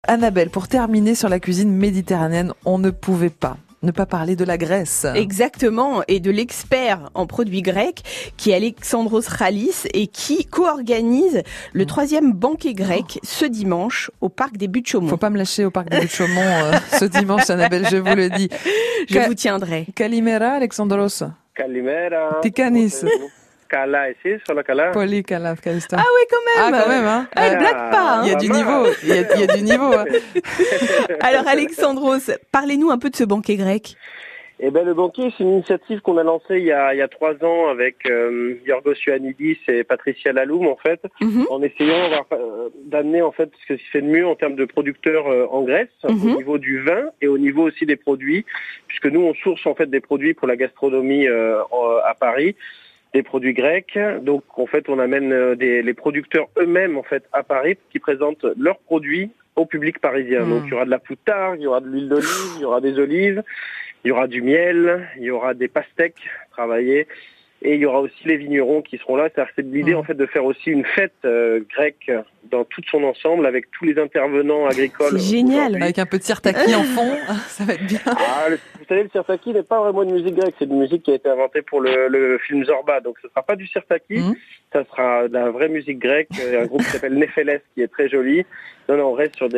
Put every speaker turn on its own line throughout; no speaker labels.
Annabelle, pour terminer sur la cuisine méditerranéenne, on ne pouvait pas ne pas parler de la Grèce.
Exactement, et de l'expert en produits grecs qui est Alexandros Rallis et qui co-organise le 3e banquet grec ce dimanche au Parc des Buttes-Chaumont.
Faut pas me lâcher au Parc des Buttes-Chaumont ce dimanche, Annabelle, je vous le dis.
Je vous tiendrai.
Kalimera, Alexandros.
Kalimera.
Tikanis.
Kala, ici, sur la Kala.
Poli Kala, Kalista.
Ah oui, quand même.
Ah, quand même, hein.
Elle blague pas. Hein.
Il y a du niveau. Il y a du niveau. Hein.
Alors, Alexandros, parlez-nous un peu de ce banquet grec.
Eh ben, le banquet, c'est une initiative qu'on a lancée il y a 3 ans avec Yorgos Ioannidis et Patricia Laloum, en fait, en essayant d'amener, en fait, ce qui se fait de mieux en termes de producteurs en Grèce, au niveau du vin et au niveau aussi des produits, puisque nous, on source, en fait, des produits pour la gastronomie à Paris, des produits grecs. Donc, en fait, on amène les producteurs eux-mêmes, en fait, à Paris, qui présentent leurs produits au public parisien. Donc, il y aura de la poutarde, il y aura de l'huile d'olive, il y aura des olives, il y aura du miel, il y aura des pastèques travaillées, et il y aura aussi les vignerons qui seront là. C'est l'idée, en fait, de faire aussi une fête grecque dans tout son ensemble, avec tous les intervenants agricoles.
C'est génial.
Avec un peu de sirtaki en fond, ça va être bien.
Vous savez, le sirtaki n'est pas vraiment une musique grecque, c'est une musique qui a été inventée pour le film Zorba. Donc ce sera pas du sirtaki, ça sera de la vraie musique grecque, un groupe qui s'appelle Néphéles, qui est très joli. Non, on reste sur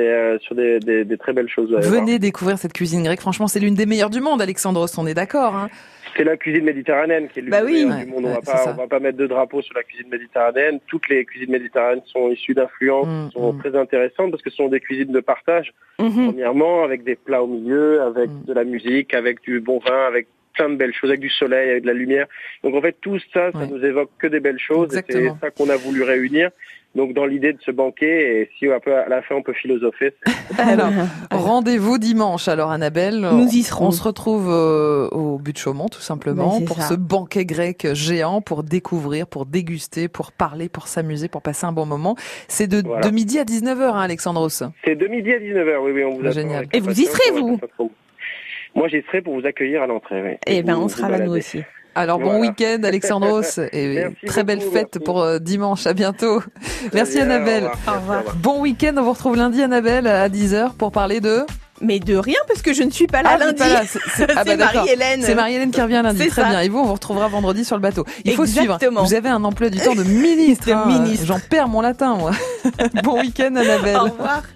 des très belles choses.
Venez découvrir cette cuisine grecque, franchement c'est l'une des meilleures du monde, Alexandros, on est d'accord, hein.
C'est la cuisine méditerranéenne qui est l'une des meilleures du monde. On va pas mettre de drapeau sur la cuisine méditerranéenne. Toutes les cuisines méditerranéennes sont issues d'influences qui sont très intéressantes parce que ce sont des cuisines de partage. Premièrement, avec des plats au milieu, avec de la musique, avec du bon vin, avec plein de belles choses, avec du soleil, avec de la lumière. Donc en fait, tout ça, ça nous évoque que des belles choses. Exactement. Et c'est ça qu'on a voulu réunir. Donc dans l'idée de ce banquet, et si un peu à la fin on peut philosopher.
Alors, rendez-vous dimanche. Alors Annabelle,
nous y serons.
On se retrouve au Buttes-Chaumont tout simplement pour ce banquet grec géant, pour découvrir, pour déguster, pour parler, pour s'amuser, pour passer un bon moment. C'est de midi à 19h, hein, Alexandros.
C'est de midi à 19h, oui, on vous attend.
Génial.
Et vous y serez, vous?
Moi, j'y serai pour vous accueillir à l'entrée. Oui.
Eh ben, on sera là nous aussi.
Alors bon week-end Alexandros et très belle fête pour dimanche, à bientôt. Merci Annabelle.
Au revoir.
Bon week-end, on vous retrouve lundi Annabelle à 10h pour parler de...
Mais de rien parce que je ne suis pas là lundi.
C'est
Marie-Hélène.
C'est Marie-Hélène qui revient lundi. Très bien. Et vous, on vous retrouvera vendredi sur le bateau. Il faut suivre. Vous avez un emploi du temps de ministre. J'en perds mon latin, moi. Bon week-end Annabelle.
Au revoir.